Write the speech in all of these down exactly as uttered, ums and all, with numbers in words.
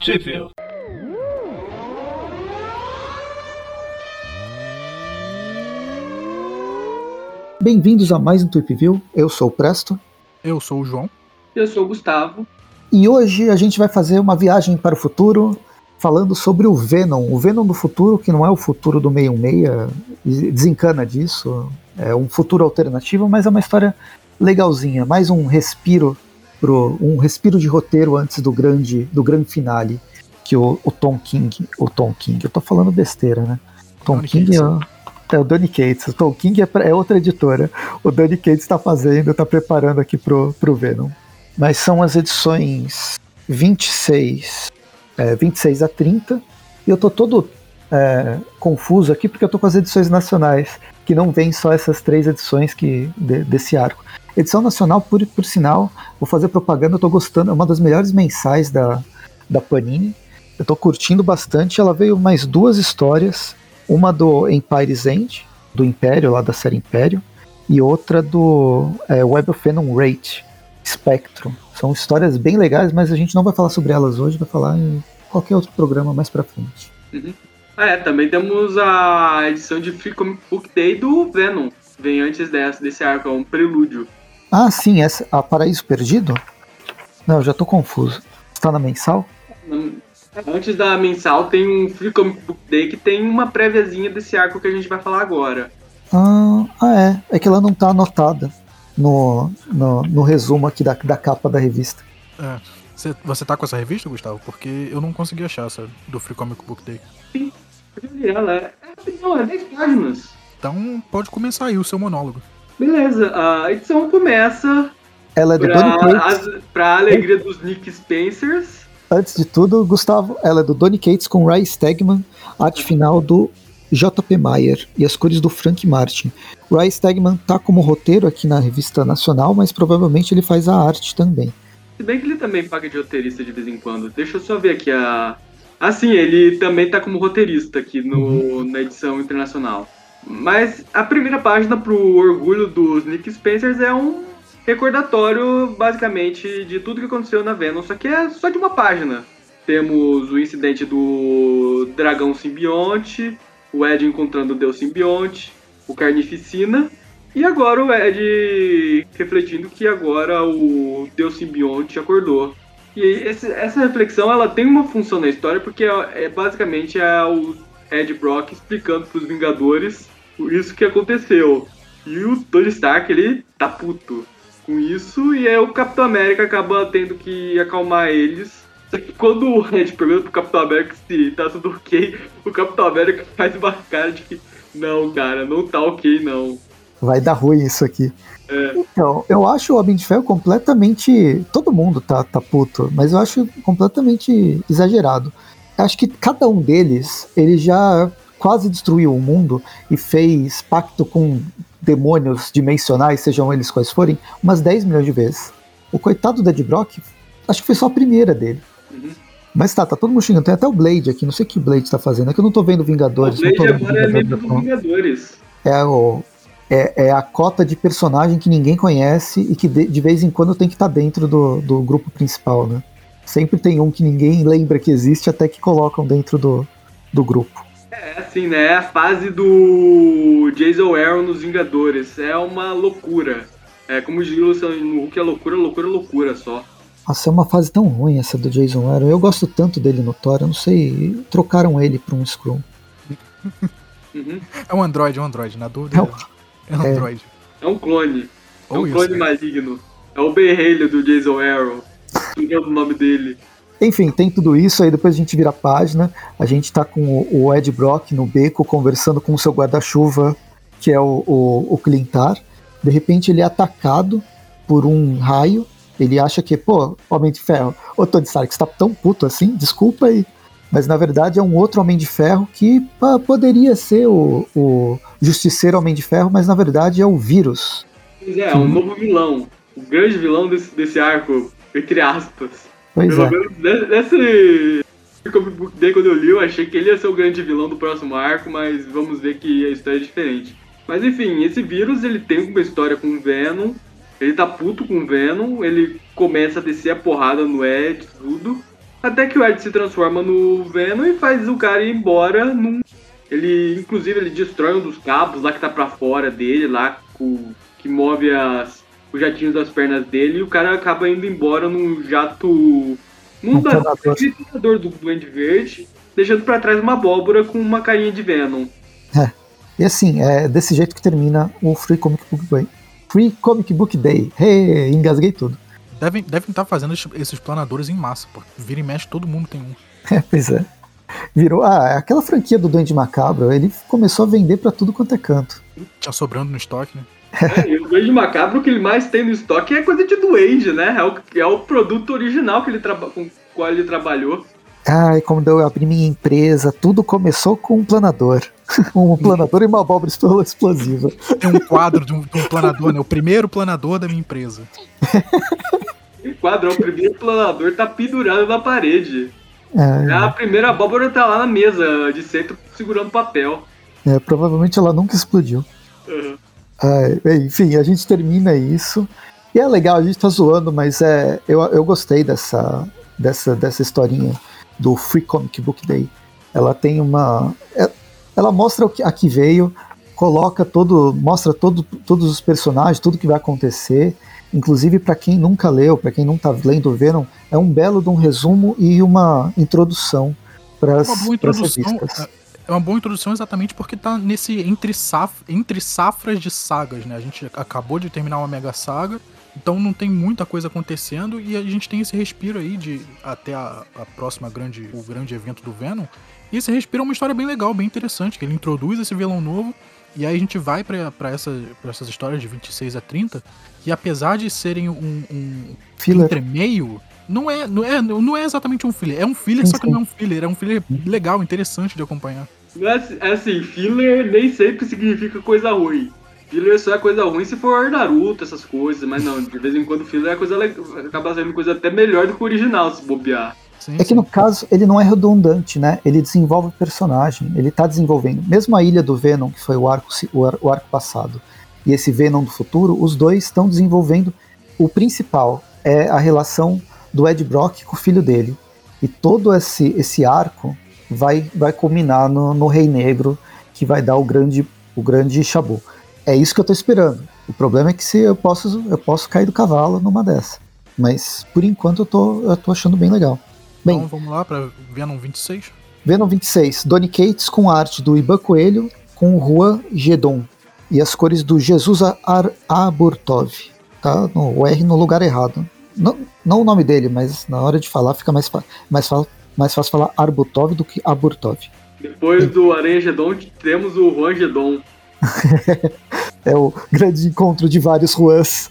Tweepville. Bem-vindos a mais um Tweepville. Eu sou o Presto. Eu sou o João. Eu sou o Gustavo. E hoje a gente vai fazer uma viagem para o futuro, falando sobre o Venom. O Venom do futuro, que não é o futuro do seiscentos e sessenta, desencana disso. É um futuro alternativo, mas é uma história legalzinha. Mais um respiro, pro, um respiro de roteiro antes do grande, do grande finale, que o, o Tom King... O Tom King, eu tô falando besteira, né? Tom Donny King Cates. é, é o Donny Cates. O Tom King é, é outra editora. O Donny Cates está fazendo, está preparando aqui pro, pro Venom. Mas são as edições vinte e seis, é, vinte e seis a trinta, e eu tô todo é, confuso aqui porque eu tô com as edições nacionais, que não vem só essas três edições que, de, desse arco. Edição nacional, por, por sinal, vou fazer propaganda, eu tô gostando, é uma das melhores mensais da, da Panini, eu tô curtindo bastante. Ela veio mais duas histórias, uma do Empire's End, do Império, lá da série Império, e outra do é, Web of Venom Rate, Spectrum. São histórias bem legais, mas a gente não vai falar sobre elas hoje, vai falar em qualquer outro programa mais pra frente. Uhum. Ah, é, também temos a edição de Free Comic Book Day do Venom. Vem antes dessa, desse arco, é um prelúdio. Ah, sim, essa, a Paraíso Perdido? Não, já tô confuso. Está na mensal? Antes da mensal tem um Free Comic Book Day que tem uma préviazinha desse arco que a gente vai falar agora. Ah, ah é. É que ela não tá anotada no, no, no resumo aqui da, da capa da revista. É. Cê, você tá com essa revista, Gustavo? Porque eu não consegui achar essa do Free Comic Book Day. Sim, eu vi ela. É, não, é dez páginas. Então pode começar aí o seu monólogo. Beleza, a edição começa Ela é do Donny Cates. pra, pra alegria dos Nick Spencers. Antes de tudo, Gustavo, ela é do Donny Cates com Ray Stegman, arte final do J P Mayer e as cores do Frank Martin. Ray Stegman tá como roteiro aqui na revista nacional, mas provavelmente ele faz a arte também. Se bem que ele também paga de roteirista de vez em quando. Deixa eu só ver aqui a... Ah, sim, ele também tá como roteirista aqui no, uhum. na edição internacional. Mas a primeira página, pro orgulho dos Nick Spencers, é um recordatório, basicamente, de tudo que aconteceu na Venom, só que é só de uma página. Temos o incidente do dragão simbionte, o Ed encontrando o Deus simbionte, o Carnificina, e agora o Ed refletindo que agora o Deus simbionte acordou. E esse, essa reflexão ela tem uma função na história, porque é, é basicamente é o Ed Brock explicando para os Vingadores isso que aconteceu. E o Tony Stark, ele tá puto com isso, e aí o Capitão América acaba tendo que acalmar eles. Só que quando o Ed pergunta pro Capitão América se tá tudo ok, o Capitão América faz uma cara de que não, cara, não tá ok, não. Vai dar ruim isso aqui. É. Então, eu acho o Homem de Ferro completamente... Todo mundo tá, tá puto, mas eu acho completamente exagerado. Eu acho que cada um deles, ele já quase destruiu o mundo e fez pacto com demônios dimensionais, sejam eles quais forem, umas dez milhões de vezes. O coitado do Ed Brock, acho que foi só a primeira dele. Uhum. Mas tá, tá todo mundo xingando. Tem até o Blade aqui, não sei o que o Blade tá fazendo. É que eu não tô vendo Vingadores. O Blade não tô vendo agora é membro Vingadores, dos Vingadores. É, o, é, é a cota de personagem que ninguém conhece e que de, de vez em quando tem que estar tá dentro do, do grupo principal, né? Sempre tem um que ninguém lembra que existe até que colocam dentro do, do grupo. É, assim, né? A fase do Jason Aaron nos Vingadores é uma loucura. É, como diz no Hulk, é loucura, loucura, loucura só. Nossa, é uma fase tão ruim essa do Jason Aaron. Eu gosto tanto dele no Thor, eu não sei, trocaram ele pra um Skrull. Uhum. É um androide, é um androide, na dúvida. É, é um androide. É um clone. É Ou um isso, clone é. maligno. É o Ben Haley do Jason Aaron. Não o nome dele. Enfim, tem tudo isso, aí depois a gente vira a página, a gente tá com o, o Ed Brock no beco, conversando com o seu guarda-chuva, que é o, o, o Clintar. De repente ele é atacado por um raio, ele acha que, pô, Homem de Ferro, ô Tony Stark, você tá tão puto assim? Desculpa aí. Mas na verdade é um outro Homem de Ferro que pá, poderia ser o, o Justiceiro Homem de Ferro, mas na verdade é o Vírus. Pois é, é um novo vilão. O grande vilão desse, desse arco, entre aspas. Pois Pelo é. menos nesse Comic Book Day, quando eu li, eu achei que ele ia ser o grande vilão do próximo arco, mas vamos ver que a história é diferente. Mas enfim, esse vírus, ele tem uma história com o Venom, ele tá puto com o Venom, ele começa a descer a porrada no Ed, tudo. Até que o Ed se transforma no Venom e faz o cara ir embora num... Ele, inclusive, ele destrói um dos cabos lá que tá pra fora dele, lá com... que move as... os jatinhos das pernas dele, e o cara acaba indo embora num jato... num planador do Duende Verde, deixando pra trás uma abóbora com uma carinha de Venom. É. E assim, é desse jeito que termina o Free Comic Book Day. Free Comic Book Day. Hey, engasguei tudo. Devem devem estar fazendo esses planadores em massa, pô. Vira e mexe, todo mundo tem um. É, pois é. Virou. Ah, aquela franquia do Duende Macabro, ele começou a vender pra tudo quanto é canto. Tinha sobrando no estoque, né? É, e o Duende Macabro, o que ele mais tem no estoque é coisa de Duende, né? É o, é o produto original que ele traba, com o qual ele trabalhou. Ai, quando eu abri minha empresa, tudo começou com um planador. um planador e uma abóbora explosiva. Tem um quadro de um, de um planador, né? O primeiro planador da minha empresa. O quadro é o primeiro planador, tá pendurado na parede. É, A primeira abóbora tá lá na mesa de centro segurando papel. é, provavelmente ela nunca explodiu. Uhum. É, enfim, a gente termina isso. E é legal, a gente tá zoando, mas é, eu, eu gostei dessa, dessa, dessa historinha do Free Comic Book Day. Ela tem uma... É, ela mostra o que, a que veio, coloca todo... Mostra todo, todos os personagens, tudo que vai acontecer. Inclusive, para quem nunca leu, para quem não tá lendo o Venom, é um belo de um resumo e uma introdução para as revistas. É uma boa introdução exatamente porque tá nesse entre, saf, entre safras de sagas, né? A gente acabou de terminar uma mega saga, então não tem muita coisa acontecendo e a gente tem esse respiro aí de até a, a próxima grande, o grande evento do Venom. E esse respiro é uma história bem legal, bem interessante, que ele introduz esse vilão novo e aí a gente vai pra, pra, essa, pra essas histórias de vinte e seis a trinta, que apesar de serem um, um entremeio, não é, não, é, não é exatamente um filler. É um filler, sim, só que sim. Não é um filler. É um filler legal, interessante de acompanhar. É assim, filler nem sempre significa coisa ruim. Filler só é coisa ruim se for Naruto, essas coisas, mas não, de vez em quando filler é coisa legal, acaba sendo coisa até melhor do que o original, se bobear. Sim, é que sim. No caso, ele não é redundante, né? Ele desenvolve o personagem, ele tá desenvolvendo. Mesmo a Ilha do Venom, que foi o arco, o, ar, o arco passado, e esse Venom do futuro, os dois estão desenvolvendo. O principal é a relação do Ed Brock com o filho dele. E todo esse, esse arco vai, vai culminar no, no Rei Negro, que vai dar o grande, o grande chabu. É isso que eu tô esperando. O problema é que se eu posso, eu posso cair do cavalo numa dessa. Mas, por enquanto, eu tô, eu tô achando bem legal. Bem, então vamos lá para Venom vinte e seis. Venom vinte e seis. Donny Cates com arte do Iban Coelho, com o Juan Gedon. E as cores do Jesus Ar- Aburtov. Tá? No, o R no lugar errado. Não, não o nome dele, mas na hora de falar fica mais, mais, mais fácil falar Arbutov do que Aburtov. Depois Bem, do Aranha Gedon, temos o Juan Gedon. É o grande encontro de vários Juans.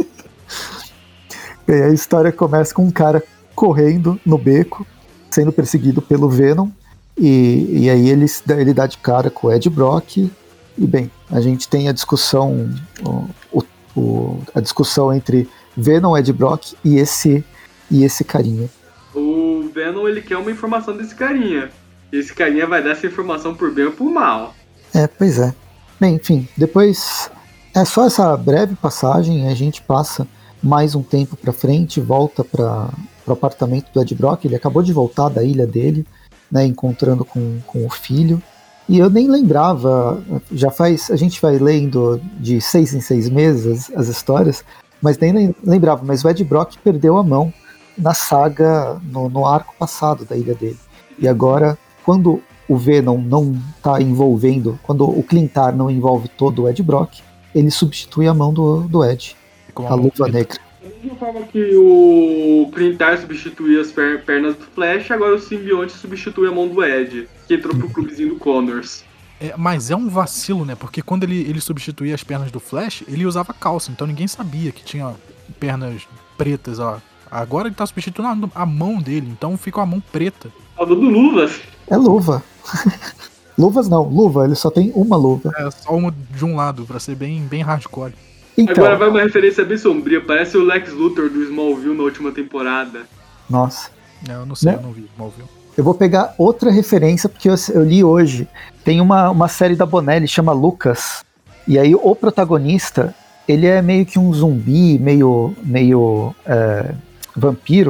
Bem, a história começa com um cara correndo no beco, sendo perseguido pelo Venom, e, e aí ele, ele dá de cara com o Ed Brock, e bem, a gente tem a discussão o, o, a discussão entre Venom, Ed Brock e esse, e esse carinha. O Venom, ele quer uma informação desse carinha, e esse carinha vai dar essa informação por bem ou por mal. É, pois é. Bem, enfim, depois é só essa breve passagem, a gente passa mais um tempo pra frente, volta para o apartamento do Ed Brock. Ele acabou de voltar da ilha dele, né, encontrando com, com o filho, e eu nem lembrava, já faz, a gente vai lendo de seis em seis meses as, as histórias, mas nem lembrava, mas o Ed Brock perdeu a mão na saga, no, no arco passado da ilha dele, e agora, quando o Venom não está envolvendo, quando o Clintar não envolve todo o Ed Brock, ele substitui a mão do, do Ed, a luva negra. Da mesma forma que o Clintar substituía as per- pernas do Flash, agora o simbionte substitui a mão do Ed, que entrou pro clubezinho do Connors. É, mas é um vacilo, né? Porque quando ele, ele substituía as pernas do Flash, ele usava calça, então ninguém sabia que tinha pernas pretas, ó. Agora ele tá substituindo a, a mão dele, então fica a mão preta. Falando luvas. É luva. Luvas não, luva, ele só tem uma luva. É, só uma de um lado, pra ser bem, bem hardcore. Então, agora vai uma referência bem sombria, parece o Lex Luthor do Smallville na última temporada. Nossa. É, eu não sei, né? Eu não vi Smallville. Eu vou pegar outra referência, porque eu, eu li hoje. Tem uma, uma série da Bonelli, chama Lucas. E aí o protagonista, ele é meio que um zumbi, meio, meio é, vampiro.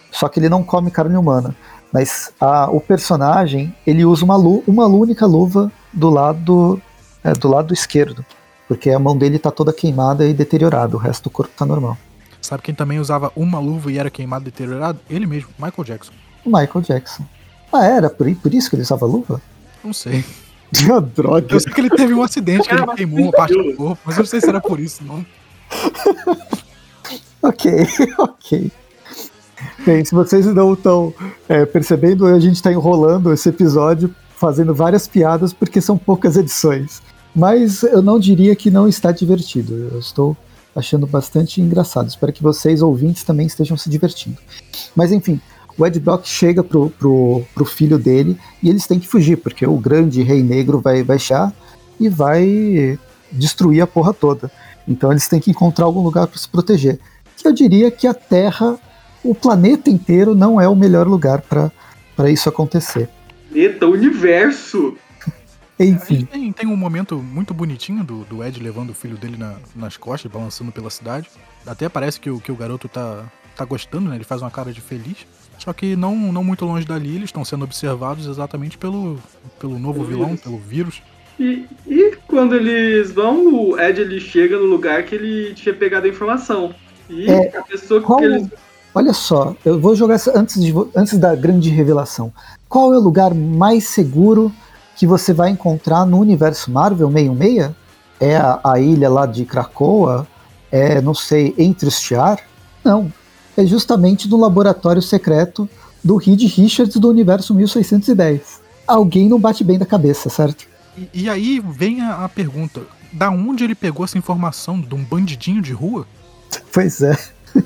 só que ele não come carne humana. Mas a, o personagem, ele usa uma, lu, uma única luva do lado, é, do lado esquerdo, porque a mão dele tá toda queimada e deteriorada, o resto do corpo tá normal. Sabe quem também usava uma luva e era queimado e deteriorado? Ele mesmo, Michael Jackson. O Michael Jackson. Ah, era por, por isso que ele usava luva? Não sei. Droga. Eu sei que ele teve um acidente que ele queimou uma parte do corpo, mas eu não sei se era por isso, não. Ok, ok. Bem, se vocês não estão é, percebendo, a gente está enrolando esse episódio, fazendo várias piadas, porque são poucas edições. Mas eu não diria que não está divertido. Eu estou achando bastante engraçado. Espero que vocês, ouvintes, também estejam se divertindo. Mas enfim, o Ed Brock chega pro, pro, pro filho dele e eles têm que fugir, porque o grande rei negro vai baixar e vai destruir a porra toda. Então eles têm que encontrar algum lugar para se proteger. Que eu diria que a Terra, o planeta inteiro, não é o melhor lugar para isso acontecer. Planeta, universo! Enfim. Tem, tem um momento muito bonitinho do, do Ed levando o filho dele na, nas costas, balançando pela cidade. Até parece que o, que o garoto tá, tá gostando, né? Ele faz uma cara de feliz. Só que não, não muito longe dali, eles estão sendo observados exatamente pelo, pelo novo vilão, pelo vírus. E, e quando eles vão, o Ed ele chega no lugar que ele tinha pegado a informação. E é, a pessoa qual, que eles... Olha só, eu vou jogar essa antes, de, antes da grande revelação. Qual é o lugar mais seguro que você vai encontrar no universo Marvel sessenta e seis? É a, a ilha lá de Krakoa? É, não sei, entre os Shi'ar? Não. É justamente no laboratório secreto do Reed Richards do universo mil seiscentos e dez. Alguém não bate bem da cabeça, certo? E, e aí vem a, a pergunta, da onde ele pegou essa informação? De um bandidinho de rua? Pois é.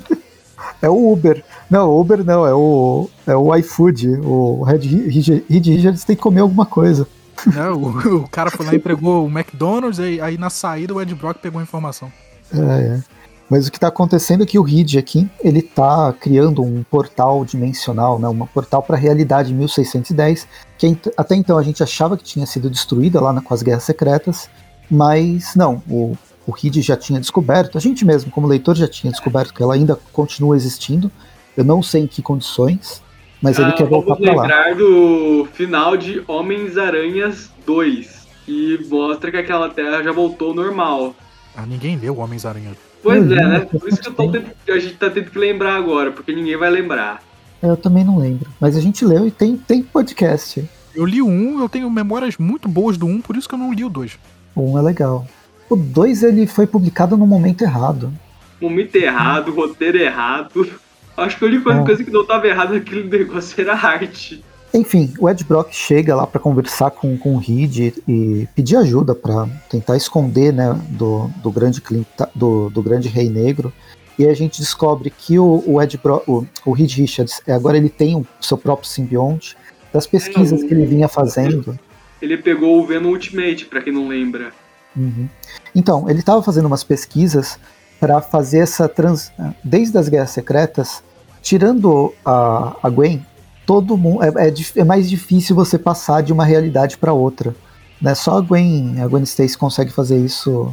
É o Uber. Não, o Uber não, é o, é o iFood. O Reed Richards tem que comer alguma coisa. É, o, o cara foi lá e entregou o McDonald's, aí, aí na saída o Ed Brock pegou a informação. É, é. Mas o que está acontecendo é que o Reed aqui, ele está criando um portal dimensional, né, um portal para a realidade mil seiscentos e dez, que até então a gente achava que tinha sido destruída lá na, com as Guerras Secretas, mas não, o, o Reed já tinha descoberto, a gente mesmo, como leitor, já tinha descoberto que ela ainda continua existindo, eu não sei em que condições, mas ele ah, quer voltar para lá. Vamos lembrar do final de Homens-Aranhas dois, que mostra que aquela Terra já voltou ao normal. Ah, ninguém leu Homens-Aranha. Pois é, né? Por isso que eu tô tendo, a gente tá tendo que lembrar agora, porque ninguém vai lembrar. Eu também não lembro, mas a gente leu e tem, tem podcast. Eu li o um, eu tenho memórias muito boas do um, por isso que eu não li o dois. O um é legal. O dois ele foi publicado no momento errado. Momento errado, hum. roteiro errado. Acho que a única é. coisa que não tava errada naquele negócio era a arte. Enfim, o Ed Brock chega lá para conversar com, com o Reed e pedir ajuda para tentar esconder, né, do, do, grande, do, do grande Rei Negro. E a gente descobre que o, o, Ed Brock, o, o Reed Richards, agora ele tem o seu próprio simbionte. Das pesquisas é, o, que ele vinha fazendo... Ele pegou o Venom Ultimate, para quem não lembra. Uhum. Então, ele estava fazendo umas pesquisas para fazer essa trans... Desde as Guerras Secretas, tirando a, a Gwen... Todo mundo, é, é, é mais difícil você passar de uma realidade para outra, né? Só a Gwen, a Gwen Stacy consegue fazer isso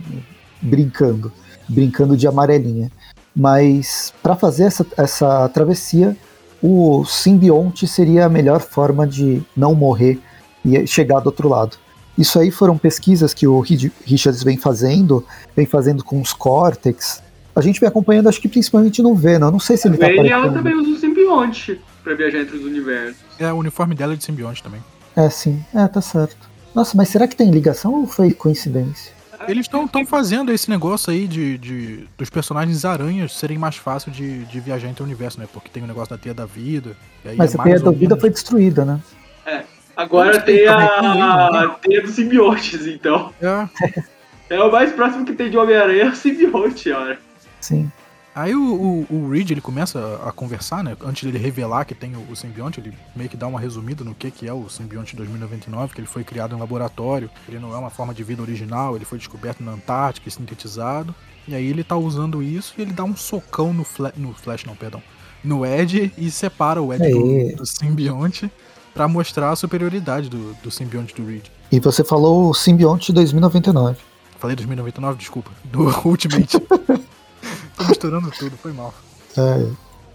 brincando, brincando de amarelinha. Mas para fazer essa, essa travessia, o simbionte seria a melhor forma de não morrer e chegar do outro lado. Isso aí foram pesquisas que o Reed Richards vem fazendo, vem fazendo com os Cortex. A gente vem acompanhando, acho que principalmente no Venom. Não sei se ele a tá aparecendo. Ela também usa o simbionte pra viajar entre os universos. É, o uniforme dela é de simbionte também. É, sim. É, tá certo. Nossa, mas será que tem ligação ou foi coincidência? Eles estão fazendo esse negócio aí de, de dos personagens aranhas serem mais fáceis de, de viajar entre o universo, né? Porque tem o negócio da Teia da Vida. E aí mas é a Teia da Vida foi destruída, né? É. Agora tem a, a Teia dos Simbiontes, então. É. É o mais próximo que tem de Homem-Aranha, é o simbionte, olha. Sim. Aí o, o, o Reed, ele começa a conversar, né? Antes dele revelar que tem o, o simbionte, ele meio que dá uma resumida no que, que é o simbionte dois mil e noventa e nove, que ele foi criado em laboratório, ele não é uma forma de vida original, ele foi descoberto na Antártica e sintetizado. E aí ele tá usando isso e ele dá um socão no, fla- no Flash, não, perdão, no Ed e separa o Ed do, do simbionte pra mostrar a superioridade do, do simbionte do Reed. E você falou o simbionte dois mil e noventa e nove. Falei dois mil e noventa e nove, desculpa. Do Ultimate. Tô misturando tudo, foi mal. É.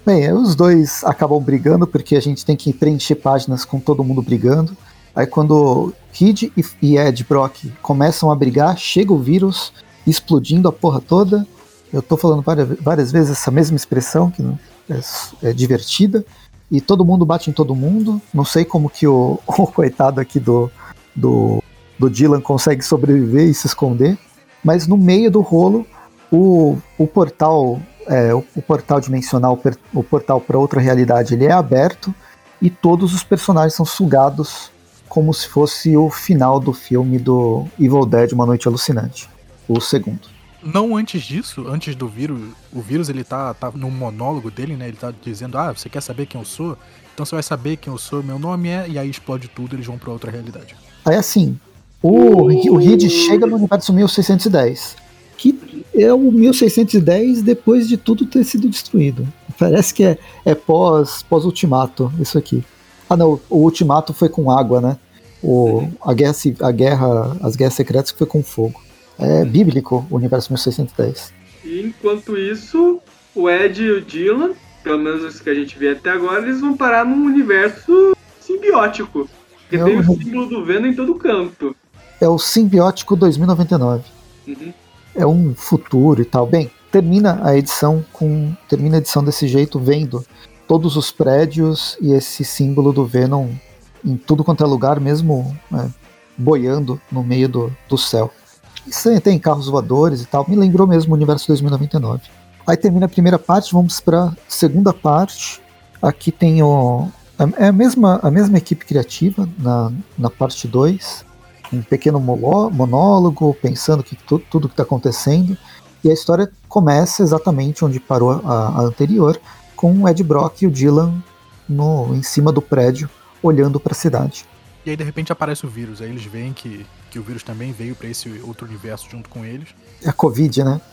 Bem, os dois acabam brigando porque a gente tem que preencher páginas com todo mundo brigando. Aí quando Kid e Ed Brock começam a brigar, chega o vírus explodindo a porra toda. Eu tô falando várias, várias vezes essa mesma expressão, que é, é divertida. E todo mundo bate em todo mundo. Não sei como que o, o coitado aqui do, do, do Dylan consegue sobreviver e se esconder. Mas no meio do rolo, o, o portal... É, o, o portal dimensional, o portal para outra realidade, ele é aberto e todos os personagens são sugados como se fosse o final do filme do Evil Dead, Uma Noite Alucinante, o segundo. Não antes disso, antes do vírus, o vírus ele tá, tá no monólogo dele, né? Ele tá dizendo, ah, você quer saber quem eu sou? Então você vai saber quem eu sou, meu nome é, e aí explode tudo, eles vão para outra realidade. Aí assim, o, o Reed chega no universo mil seiscentos e dez. Que é o mil seiscentos e dez depois de tudo ter sido destruído. Parece que é, é pós, pós-ultimato isso aqui. Ah não, o ultimato foi com água, né? O, a guerra, a guerra, as guerras secretas que foi com fogo. É bíblico o universo mil seiscentos e dez. E enquanto isso, o Ed e o Dylan, pelo menos os que a gente vê até agora, eles vão parar num universo simbiótico. Porque é tem o, o símbolo do Venom em todo canto. É o Simbiótico dois mil e noventa e nove. Uhum. É um futuro e tal. Bem, termina a edição com termina a edição desse jeito, vendo todos os prédios e esse símbolo do Venom em tudo quanto é lugar, mesmo é, boiando no meio do, do céu. Isso tem carros voadores e tal. Me lembrou mesmo o universo dois mil e noventa e nove. Aí termina a primeira parte, vamos para a segunda parte. Aqui tem o, é a mesma, a mesma equipe criativa na, na parte dois. Um pequeno monólogo, pensando que tu, tudo que está acontecendo, e a história começa exatamente onde parou a, a anterior, com o Ed Brock e o Dylan no, em cima do prédio, olhando para a cidade. E aí de repente aparece o vírus, aí eles veem que, que o vírus também veio para esse outro universo junto com eles. É a Covid, né?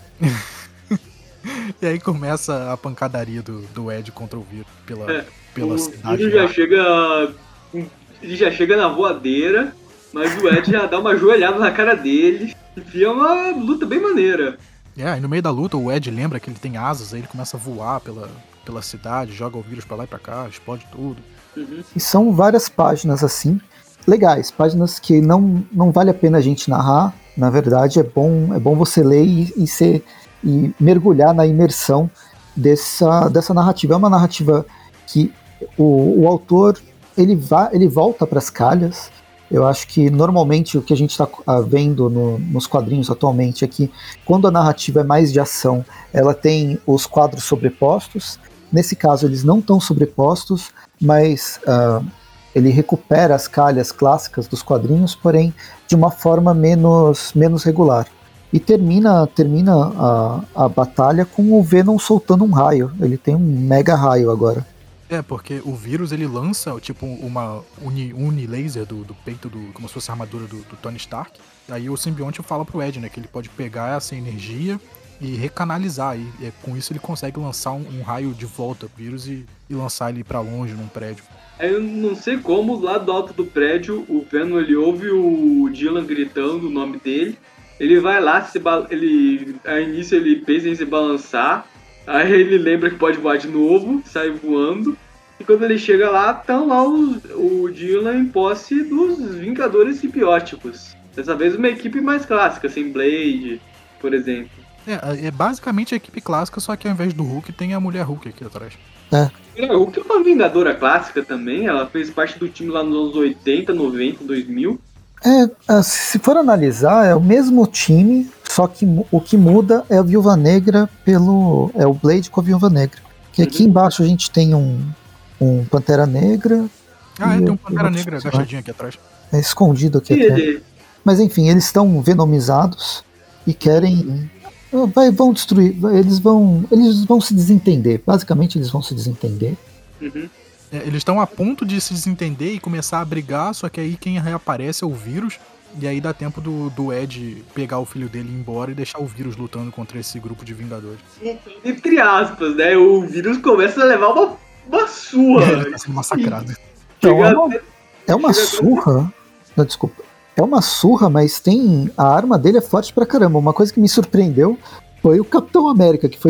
E aí começa a pancadaria do, do Ed contra o vírus pela, é, pela o cidade. O vírus já chega, ele já chega na voadeira, mas o Ed já dá uma joelhada na cara dele e é uma luta bem maneira. É, e no meio da luta o Ed lembra que ele tem asas, aí ele começa a voar pela, pela cidade, joga o vírus pra lá e pra cá, explode tudo. Uhum. E são várias páginas assim, legais, páginas que não, não vale a pena a gente narrar, na verdade é bom, é bom você ler e, e, ser, e mergulhar na imersão dessa, dessa narrativa. É uma narrativa que o, o autor ele, va, ele volta para as calhas. Eu acho que normalmente o que a gente está vendo no, nos quadrinhos atualmente é que quando a narrativa é mais de ação, ela tem os quadros sobrepostos. Nesse caso eles não estão sobrepostos, mas uh, ele recupera as calhas clássicas dos quadrinhos, porém de uma forma menos, menos regular. E termina, termina a, a batalha com o Venom soltando um raio. Ele tem um mega raio agora. É, porque o vírus ele lança tipo uma uni, uni laser do, do peito, do, como se fosse a armadura do, do Tony Stark. Aí o simbionte fala pro Ed, né, que ele pode pegar essa energia e recanalizar. E é, com isso ele consegue lançar um, um raio de volta pro vírus e, e lançar ele pra longe num prédio. Eu não sei como, lá do alto do prédio, o Venom ele ouve o Dylan gritando o nome dele. Ele vai lá, se ba- ele, a início ele pensa em se balançar. Aí ele lembra que pode voar de novo, sai voando. E quando ele chega lá, estão lá os, o Dylan em posse dos Vingadores Simbióticos. Dessa vez uma equipe mais clássica, sem Blade, por exemplo. É, é basicamente a equipe clássica, só que ao invés do Hulk tem a Mulher Hulk aqui atrás. É. A Hulk é uma Vingadora clássica também, ela fez parte do time lá nos anos oitenta, noventa, dois mil. É, se for analisar, é o mesmo time, só que o que muda é a Viúva Negra pelo... é o Blade com a Viúva Negra. Que aqui embaixo a gente tem um, um Pantera Negra. Ah, é, tem um Pantera Negra agachadinho aqui atrás. É escondido aqui atrás. Mas enfim, eles estão venomizados e querem... Vai, vão destruir, eles vão, eles vão se desentender. Basicamente eles vão se desentender. Uhum. É, eles estão a ponto de se desentender e começar a brigar, só que aí quem reaparece é o vírus. E aí dá tempo do, do Ed pegar o filho dele e ir embora e deixar o vírus lutando contra esse grupo de Vingadores. Entre aspas, né? O vírus começa a levar uma, uma surra. É, ele tá sendo massacrado. Então, é uma, é uma surra. Não, desculpa. É uma surra, mas tem. A arma dele é forte pra caramba. Uma coisa que me surpreendeu foi o Capitão América, que foi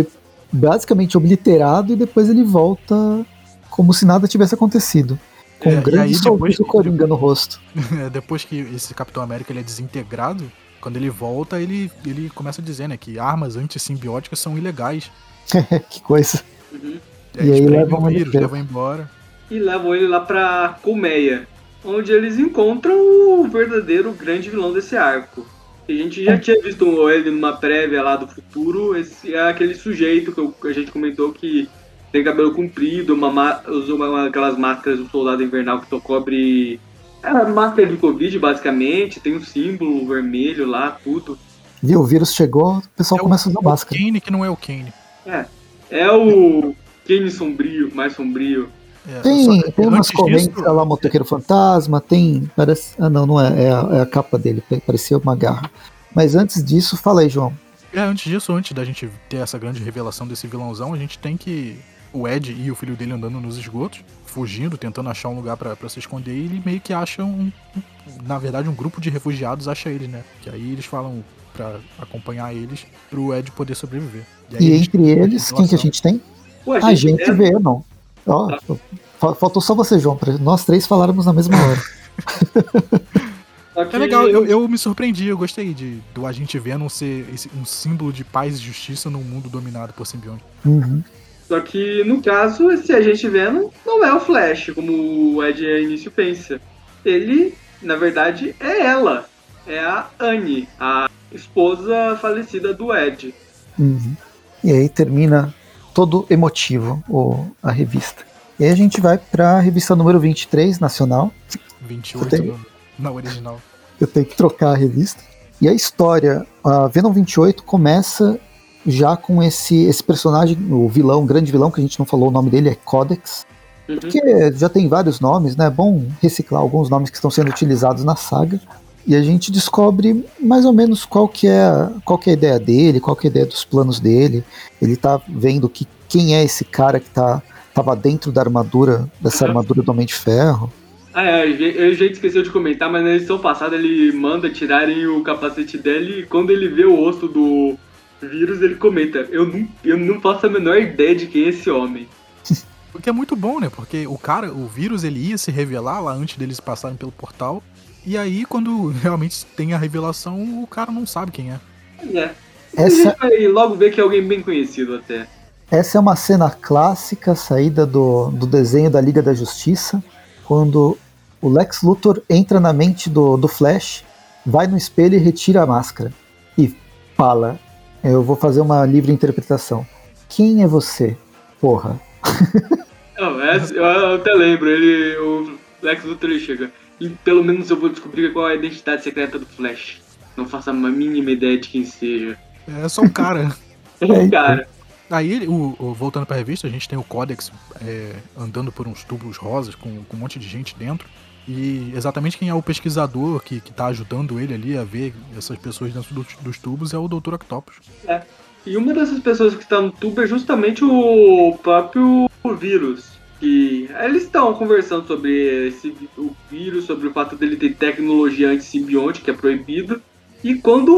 basicamente obliterado, e depois ele volta como se nada tivesse acontecido. Com É, um e grande aí, depois sorriso que- coringa no rosto. Depois que esse Capitão América ele é desintegrado, quando ele volta, ele, ele começa a dizer, né, que armas antissimbióticas são ilegais. Que coisa. Uhum. É, E aí eles prendem levam o ele vírus, preso. levam embora. E levam ele lá pra Colmeia, onde eles encontram o verdadeiro grande vilão desse arco. A gente já tinha visto ele numa prévia lá do futuro. Esse é aquele sujeito que, eu- que a gente comentou que tem cabelo comprido, uma, ma- usou uma, uma- aquelas máscaras do soldado invernal que to- cobre. É a máscara de Covid, basicamente. Tem um símbolo vermelho lá, tudo. Viu, o vírus chegou, o pessoal É o, começa a usar é o máscara. Kane que não é o Kane. É. É o Kane sombrio, mais sombrio. É, Tem, só- tem umas antes correntes, disso, lá, Motoqueiro Fantasma, tem. Parece, ah, não, não é, é a, é a capa dele, parecia uma garra. Mas antes disso, fala aí, João. É, antes disso, antes da gente ter essa grande revelação desse vilãozão, a gente tem que o Ed e o filho dele andando nos esgotos, fugindo, tentando achar um lugar pra, pra se esconder, e ele meio que acha um, um- na verdade, um grupo de refugiados acha eles, né? Que aí eles falam pra acompanhar eles pro Ed poder sobreviver. aí E a gente entre tem uma eles, quem que a revelação. gente tem? Pô, A gente é- vê, não. Ó, fa- faltou só você, João, pra nós três falarmos na mesma hora. só que- É legal, eu, eu me surpreendi, eu gostei de, do Agente Venom ser esse- um símbolo de paz e justiça num mundo dominado por simbionte. Uhum. Só que, no caso, esse agente Venom não é o Flash, como o Ed a início pensa. Ele, na verdade, é ela. É a Annie, a esposa falecida do Ed. Uhum. E aí termina todo emotivo o, a revista. E aí a gente vai pra revista número vinte e três, nacional. vinte e oito Tem- no- na original. Eu tenho que trocar a revista. E a história, a Venom vinte e oito começa já com esse, esse personagem, o vilão, o grande vilão, que a gente não falou o nome dele, é Codex. Uhum. Porque já tem vários nomes, né? É bom reciclar alguns nomes que estão sendo utilizados na saga. E a gente descobre mais ou menos qual que é, a- qual que é a ideia dele, qual que é a ideia dos planos dele. Ele tá vendo que quem é esse cara que tá, tava dentro da armadura, dessa Uhum. armadura do Homem de Ferro. Ah, é, a gente esqueceu de comentar, mas na edição passada ele manda tirarem o capacete dele e quando ele vê o rosto do vírus, ele comenta: Eu não, eu não faço a menor ideia de quem é esse homem. O que é muito bom, né? Porque o cara, o vírus, ele ia se revelar lá antes deles passarem pelo portal. E aí, quando realmente tem a revelação, o cara não sabe quem é. É. A Essa, gente vai logo ver que é alguém bem conhecido até. essa é uma cena clássica, saída do, do desenho da Liga da Justiça, quando o Lex Luthor entra na mente do, do Flash, vai no espelho e retira a máscara. E fala, eu vou fazer uma livre interpretação. Quem é você? Porra. Não, é, eu eu até lembro, ele, o Lex Luthor ele chega. E pelo menos eu vou descobrir qual é a identidade secreta do Flash. Não faço a mínima ideia de quem seja. É só um cara. É, Cara, Aí, ele- o, o- voltando pra revista, a gente tem o Codex é, andando por uns tubos rosas com, com um monte de gente dentro. E exatamente quem é o pesquisador que, que tá ajudando ele ali a ver essas pessoas dentro do- dos tubos é o doutor Octopus. e uma dessas pessoas que está no tubo é justamente o próprio vírus. Que eles estão conversando sobre esse, o vírus, sobre o fato dele ter tecnologia antisimbionte, que é proibido. E quando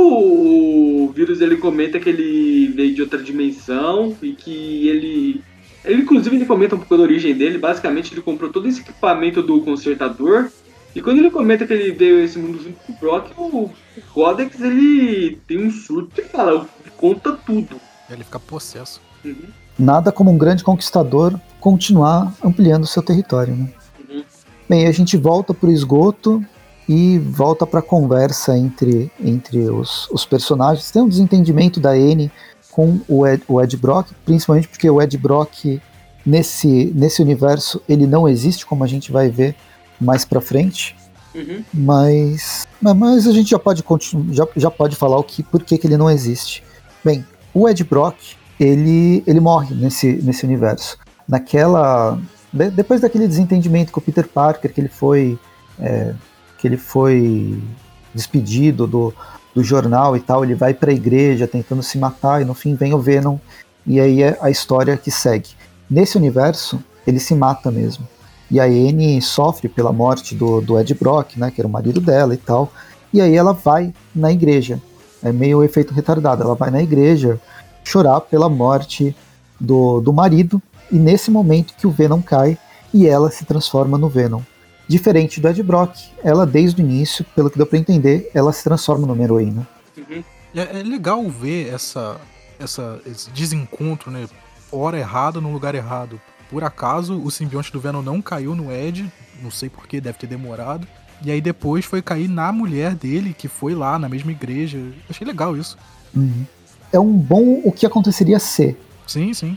o vírus ele comenta que ele veio de outra dimensão e que ele. Ele inclusive ele comenta um pouco da origem dele, basicamente ele comprou todo esse equipamento do consertador. E quando ele comenta que ele veio a esse mundo junto com o Brock, o, o Codex ele tem um surto e fala, conta tudo. E ele fica possesso. Uhum, Nada como um grande conquistador continuar ampliando seu território, né? uhum. Bem, a gente volta pro esgoto e volta pra conversa entre, entre os, os personagens. Tem um desentendimento da Anne com o Ed, o Ed Brock, principalmente porque o Ed Brock, nesse, nesse universo, ele não existe, como a gente vai ver mais pra frente. Uhum. Mas, mas a gente já pode, continu, já, já pode falar o que, por que, que ele não existe. Bem, o Ed Brock, ele, ele morre nesse, nesse universo. Naquela, de, depois daquele desentendimento com o Peter Parker, que ele foi, é, que ele foi despedido do, do jornal e tal, ele vai para a igreja tentando se matar e no fim vem o Venom e aí é a história que segue. Nesse universo, ele se mata mesmo. E a Anne sofre pela morte do, do Ed Brock, né, que era o marido dela e tal. E aí ela vai na igreja. É meio efeito retardado. Ela vai na igreja chorar pela morte do, do marido, e nesse momento que o Venom cai e ela se transforma no Venom. Diferente do Ed Brock, ela desde o início, pelo que deu pra entender, ela se transforma numa heroína. Uhum. É, é legal ver essa, essa, esse desencontro, né? Hora errada no lugar errado. Por acaso, o simbionte do Venom não caiu no Ed, não sei porquê, deve ter demorado. E aí depois foi cair na mulher dele, que foi lá na mesma igreja. Achei legal isso. Uhum. É um bom o que aconteceria ser. Sim, sim.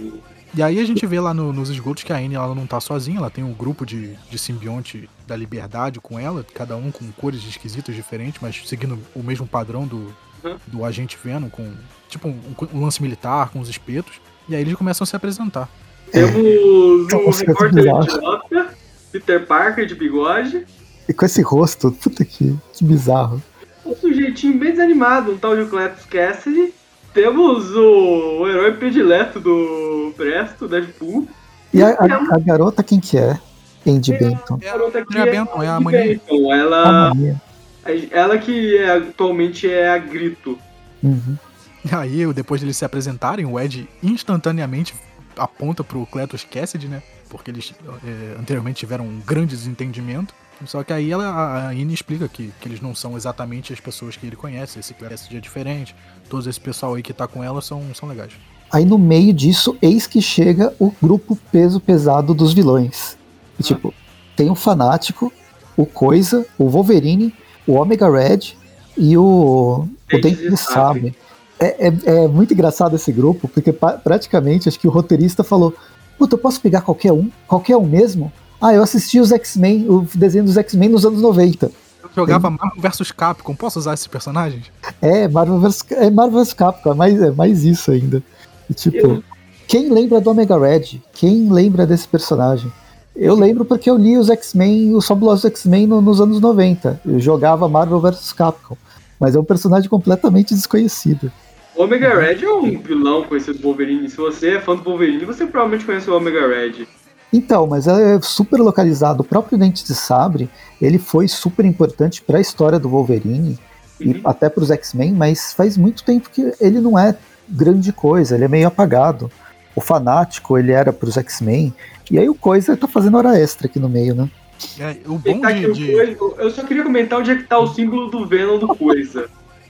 E aí a gente vê lá no, nos esgotos que a Anne ela não tá sozinha, ela tem um grupo de, de simbionte da liberdade com ela, cada um com cores esquisitas diferentes, mas seguindo o mesmo padrão do, do agente Venom, com tipo um, um lance militar, com os espetos. E aí eles começam a se apresentar. Temos É. o repórter idiota, Peter Parker de bigode. E com esse rosto, puta que, que bizarro. Um sujeitinho bem desanimado, um tal de Cletus Cassidy. Temos o, o herói predileto do Presto, Deadpool. E a, a, a garota quem que é? Andy É, Benton. a garota aqui É a Benton, é a Andy Mania. Benton. A Ela, mania. ela que é, atualmente é a Grito. Uhum. E aí, depois de eles se apresentarem, o Ed instantaneamente aponta pro Cletus Cassidy, né? Porque eles é, anteriormente tiveram um grande desentendimento. Só que aí ela, a Anne explica que, que eles não são exatamente as pessoas que ele conhece, esse Cassidy é diferente, todo esse pessoal aí que tá com ela são, são legais. Aí no meio disso, eis que chega o grupo peso pesado dos vilões. E, Ah. tipo, tem o Fanático, o Coisa, o Wolverine, o Omega Red e o, o Dente Dente de de Sabre. É, é, é muito engraçado esse grupo, porque pa- praticamente acho que o roteirista falou: puta, eu posso pegar qualquer um? Qualquer um mesmo? Ah, eu assisti os X-Men, o desenho dos X-Men nos anos noventa. Eu jogava Marvel versus Capcom, posso usar esses personagens? É, Marvel vs. É Marvel versus. Capcom, é mais, é mais isso ainda. E, tipo, Eu- quem lembra do Omega Red? Quem lembra desse personagem? Eu lembro porque eu li os X-Men, os fabulosos X-Men no, nos anos noventa. Eu jogava Marvel versus. Capcom. Mas é um personagem completamente desconhecido. Omega Red é um vilão conhecido do Wolverine. Se você é fã do Wolverine, você provavelmente conhece o Omega Red. Então, mas é super localizado. O próprio Dente de Sabre, ele foi super importante para a história do Wolverine e Uhum. até para os X-Men, mas faz muito tempo que ele não é grande coisa, ele é meio apagado. O Fanático, ele era para os X-Men, e aí o Coisa tá fazendo hora extra aqui no meio, né? É, o E bom tá aqui de... o de... Coisa. Eu só queria comentar onde é que tá o símbolo do Venom do Coisa.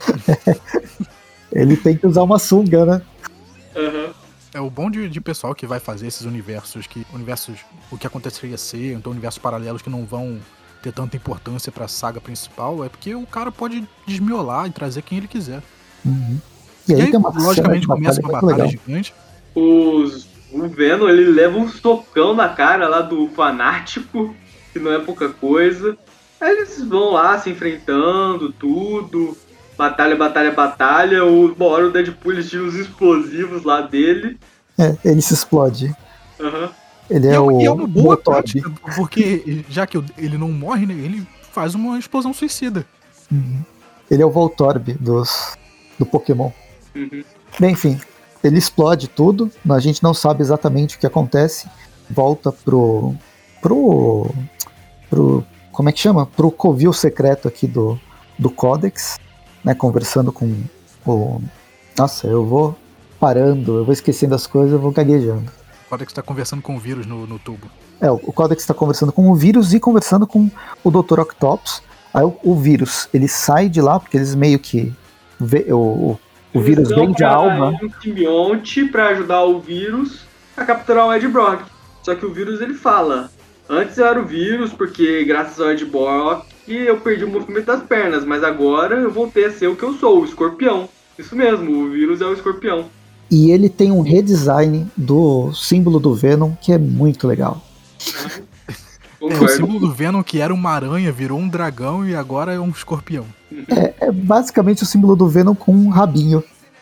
Ele tem que usar uma sunga, né? Aham. É o bom de, de pessoal que vai fazer esses universos, que universos, o que aconteceria ser, então universos paralelos que não vão ter tanta importância pra saga principal, é porque o cara pode desmiolar e trazer quem ele quiser. Uhum. E E aí, aí, tem uma cena logicamente, de começa batalha uma muito batalha legal. gigante. Os, o Venom, ele leva um socão na cara lá do Fanático, que não é pouca coisa. Aí eles vão lá se enfrentando, tudo. Batalha, batalha, batalha. O, uma hora o Deadpool ele tira os explosivos lá dele. É, ele se explode. Aham. Ele E é, é, o e é uma boa Motorb. prática, porque já que ele não morre, né, ele faz uma explosão suicida. Uhum. Ele é o Voltorb dos, do Pokémon. Uhum. Bem, enfim, ele explode tudo, a gente não sabe exatamente o que acontece, volta pro. pro. pro. como é que chama? Pro covil secreto aqui do, do Codex, né? Conversando com o. Nossa, eu vou parando, eu vou esquecendo as coisas, eu vou gaguejando. O Codex tá conversando com o vírus no, no tubo. É, o Codex está conversando com o vírus e conversando com o doutor Octopus. Aí o, o vírus, ele sai de lá, porque eles meio que. Vê, o, o, o vírus Eles dão vende a pra alma. um simbionte pra ajudar o vírus a capturar o Ed Brock. Só que o vírus ele fala: antes eu era o vírus, porque graças ao Ed Brock eu perdi o movimento das pernas, mas agora eu voltei a ser o que eu sou, o escorpião. Isso mesmo, o vírus é o escorpião. E ele tem um redesign do símbolo do Venom que é muito legal. É, o Concordo. símbolo do Venom, que era uma aranha, virou um dragão e agora é um escorpião. É, é basicamente o símbolo do Venom com um rabinho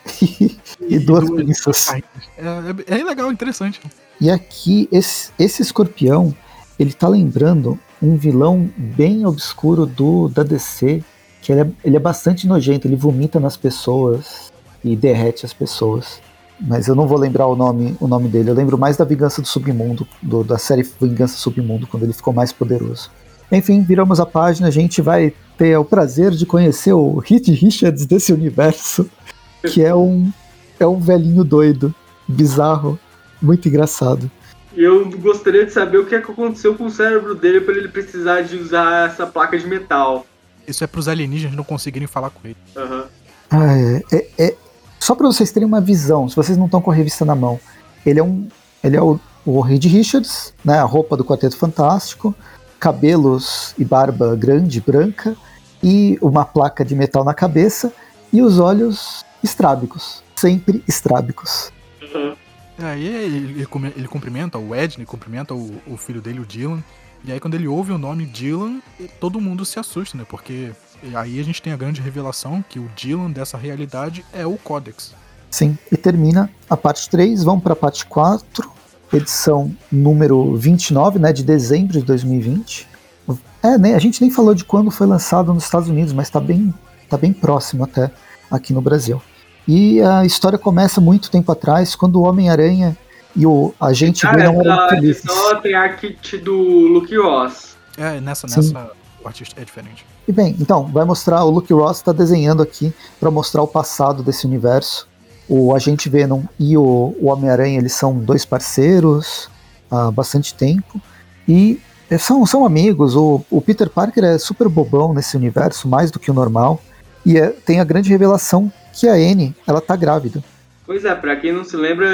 e duas pinças. É, é, é legal, interessante. E aqui, esse, esse escorpião, ele tá lembrando um vilão bem obscuro do, da D C, que ele é, ele é bastante nojento, ele vomita nas pessoas e derrete as pessoas. Mas eu não vou lembrar o nome, o nome dele. Eu lembro mais da Vingança do Submundo, do, da série Vingança do Submundo, quando ele ficou mais poderoso. Enfim, viramos a página, a gente vai ter o prazer de conhecer o Reed Richards desse universo, que é um, é um velhinho doido, bizarro, muito engraçado. Eu gostaria de saber o que, é que aconteceu com o cérebro dele para ele precisar de usar essa placa de metal. Isso é pros alienígenas não conseguirem falar com ele. Uhum. Ah, é, é, é, só para vocês terem uma visão, se vocês não estão com a revista na mão, ele é um, ele é o, o Reed Richards, né, a roupa do Quarteto Fantástico, cabelos e barba grande, branca, e uma placa de metal na cabeça, e os olhos estrábicos, sempre estrábicos. Uhum. É, e ele, ele, ele cumprimenta o Ed, ele cumprimenta o, o filho dele, o Dylan. E aí quando ele ouve o nome Dylan, todo mundo se assusta, né? Porque aí a gente tem a grande revelação que o Dylan dessa realidade é o Codex. Sim, e termina a parte três, vamos para a parte quatro, edição número vinte e nove, né, de dezembro de dois mil e vinte. É, né, a gente nem falou de quando foi lançado nos Estados Unidos, mas está bem, tá bem próximo até aqui no Brasil. E a história começa muito tempo atrás, quando o Homem-Aranha e o Agente Cara, Venom eram essa felizes. edição tem a kit do Luke Ross. É, nessa, nessa o artista é diferente. E bem, então, vai mostrar, o Luke Ross está desenhando aqui para mostrar o passado desse universo. O Agente Venom e o, o Homem-Aranha, eles são dois parceiros há bastante tempo. E são, são amigos, o, o Peter Parker é super bobão nesse universo, mais do que o normal. E é, tem a grande revelação que a Anne, ela tá grávida. Pois é, pra quem não se lembra,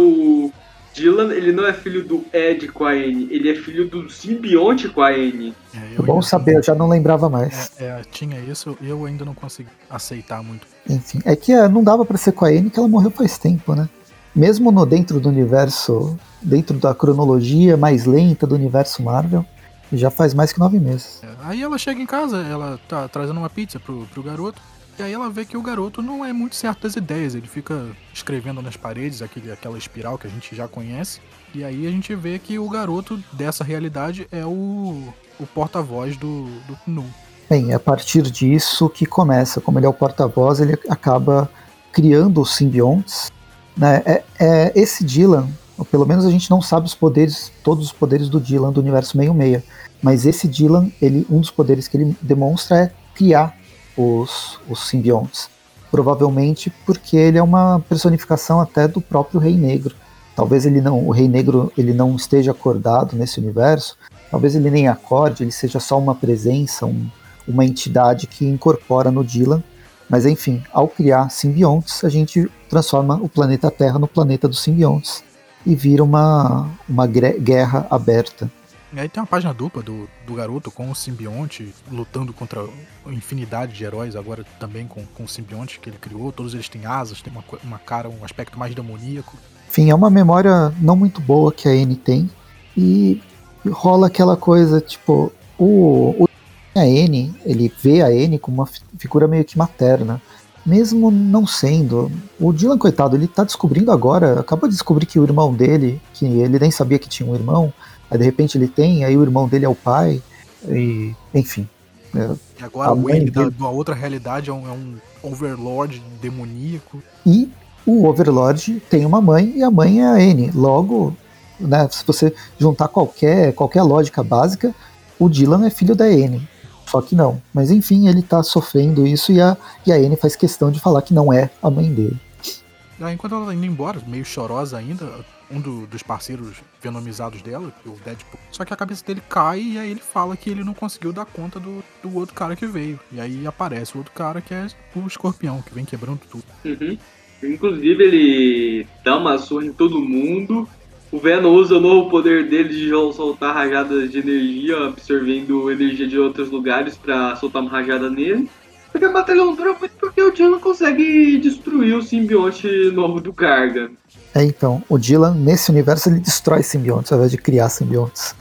o Dylan, ele não é filho do Ed com a Anne, ele é filho do simbionte com a Anne. É, É bom saber, eu já não lembrava mais. É, é, tinha isso, eu ainda não consegui aceitar muito. Enfim, é que é, não dava pra ser com a Anne, que ela morreu faz tempo, né? Mesmo no, dentro do universo, dentro da cronologia mais lenta do universo Marvel, já faz mais que nove meses. É, aí ela chega em casa, ela tá trazendo uma pizza pro, pro garoto, e aí ela vê que o garoto não é muito certo das ideias, ele fica escrevendo nas paredes aquele, aquela espiral que a gente já conhece, e aí a gente vê que o garoto dessa realidade é o, o porta-voz do, do Nu. Bem, é a partir disso que começa, como ele é o porta-voz, ele acaba criando os simbiontes, né? É, é, esse Dylan, ou pelo menos a gente não sabe os poderes, todos os poderes do Dylan do universo sessenta e seis, mas esse Dylan, ele, um dos poderes que ele demonstra é criar os, os simbiontes. Provavelmente porque ele é uma personificação até do próprio Rei Negro. Talvez ele não, o Rei Negro ele não esteja acordado nesse universo, talvez ele nem acorde, ele seja só uma presença, um, uma entidade que incorpora no Dylan. Mas enfim, ao criar simbiontes, a gente transforma o planeta Terra no planeta dos simbiontes e vira uma, uma guerra aberta. E aí tem uma página dupla do, do garoto com o simbionte lutando contra uma infinidade de heróis, agora também com, com o simbionte que ele criou. Todos eles têm asas, têm uma, uma cara, um aspecto mais demoníaco. Enfim, é uma memória não muito boa que a Anne tem. E rola aquela coisa, tipo, o, o a Anne, ele vê a Anne como uma figura meio que materna. Mesmo não sendo. O Dylan, coitado, ele tá descobrindo agora, acabou de descobrir que o irmão dele, que ele nem sabia que tinha um irmão, aí de repente ele tem, aí o irmão dele é o pai, e enfim. É, e agora o Wayne da, da outra realidade é um, é um overlord demoníaco. E o Overlord tem uma mãe, e a mãe é a Anne. Logo, né, se você juntar qualquer, qualquer lógica básica, o Dylan é filho da Anne. Só que não. Mas enfim, ele tá sofrendo isso e a, e a Anne faz questão de falar que não é a mãe dele. Aí, enquanto ela tá indo embora, meio chorosa ainda, um do, dos parceiros venomizados dela, o Deadpool, só que a cabeça dele cai e aí ele fala que ele não conseguiu dar conta do, do outro cara que veio. E aí aparece o outro cara que é o Escorpião, que vem quebrando tudo. Uhum. Inclusive ele dá uma surra em todo mundo. O Venom usa o novo poder dele de soltar rajadas de energia, absorvendo energia de outros lugares pra soltar uma rajada nele. Porque a batalha não dura muito porque o Dylan consegue destruir o simbionte novo do Gargan. É, então, o Dylan, nesse universo, ele destrói simbiontes ao invés de criar simbiontes.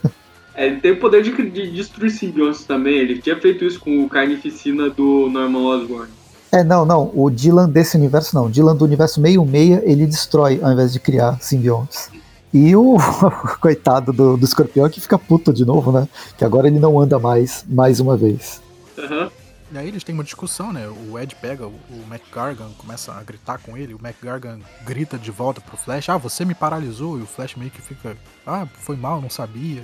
É, ele tem o poder de, de destruir simbiontes também. Ele tinha feito isso com o Carnificina do Norman Osborn. É, não, não. O Dylan desse universo, não. O Dylan do universo sessenta e seis, ele destrói ao invés de criar simbiontes. E o coitado do, do Escorpião que fica puto de novo, né? Que agora ele não anda mais, mais uma vez. Aham. Uhum. E aí eles têm uma discussão, né? O Ed pega o, o Mac Gargan, começa a gritar com ele. O Mac Gargan grita de volta pro Flash. Ah, você me paralisou. E o Flash meio que fica... Ah, foi mal, não sabia.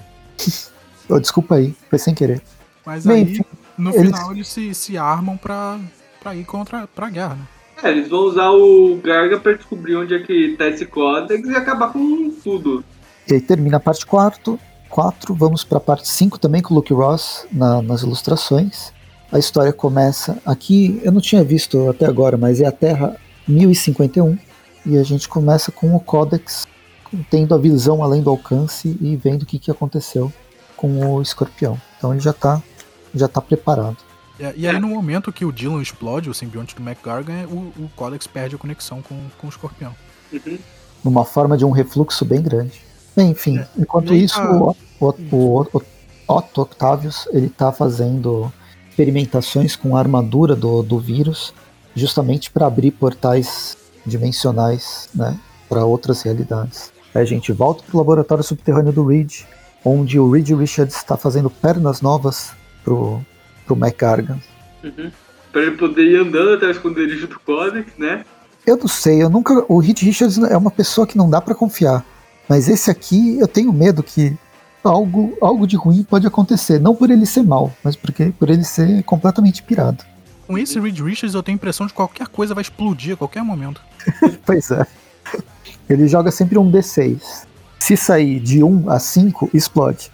Oh, desculpa aí, foi sem querer. Mas Bem, aí, enfim, no eles... final, eles se, se armam pra, pra ir contra pra guerra, né? É, eles vão usar o Garga pra descobrir onde é que tá esse Codex e acabar com tudo. E aí termina a parte quatro, quatro vamos pra parte cinco também com o Luke Ross na, nas ilustrações. A história começa aqui, eu não tinha visto até agora, mas é a Terra mil e cinquenta e um. E a gente começa com o Codex tendo a visão além do alcance e vendo o que, que aconteceu com o Escorpião. Então ele já tá, já tá preparado. É, e aí no momento que o Dylan explode, o simbionte do McGargan, o, o Codex perde a conexão com, com o Escorpião. Uhum. Numa forma de um refluxo bem grande. Bem, enfim, É, enquanto isso, a... o, o, o, o Otto Octavius ele tá fazendo experimentações com a armadura do, do vírus, justamente para abrir portais dimensionais, né, para outras realidades. Aí a gente volta pro laboratório subterrâneo do Reed, onde o Reed Richards está fazendo pernas novas pro, pro McGargan. Uhum. Pra ele poder ir andando até o esconderijo do Codex, né? Eu não sei, eu nunca. O Reed Richards é uma pessoa que não dá para confiar. Mas esse aqui eu tenho medo que algo, algo de ruim pode acontecer. Não por ele ser mal, mas porque, por ele ser completamente pirado. Com esse Reed Richards eu tenho a impressão de que qualquer coisa vai explodir a qualquer momento. Pois é. Ele joga sempre um D seis. Se sair de um a cinco, explode.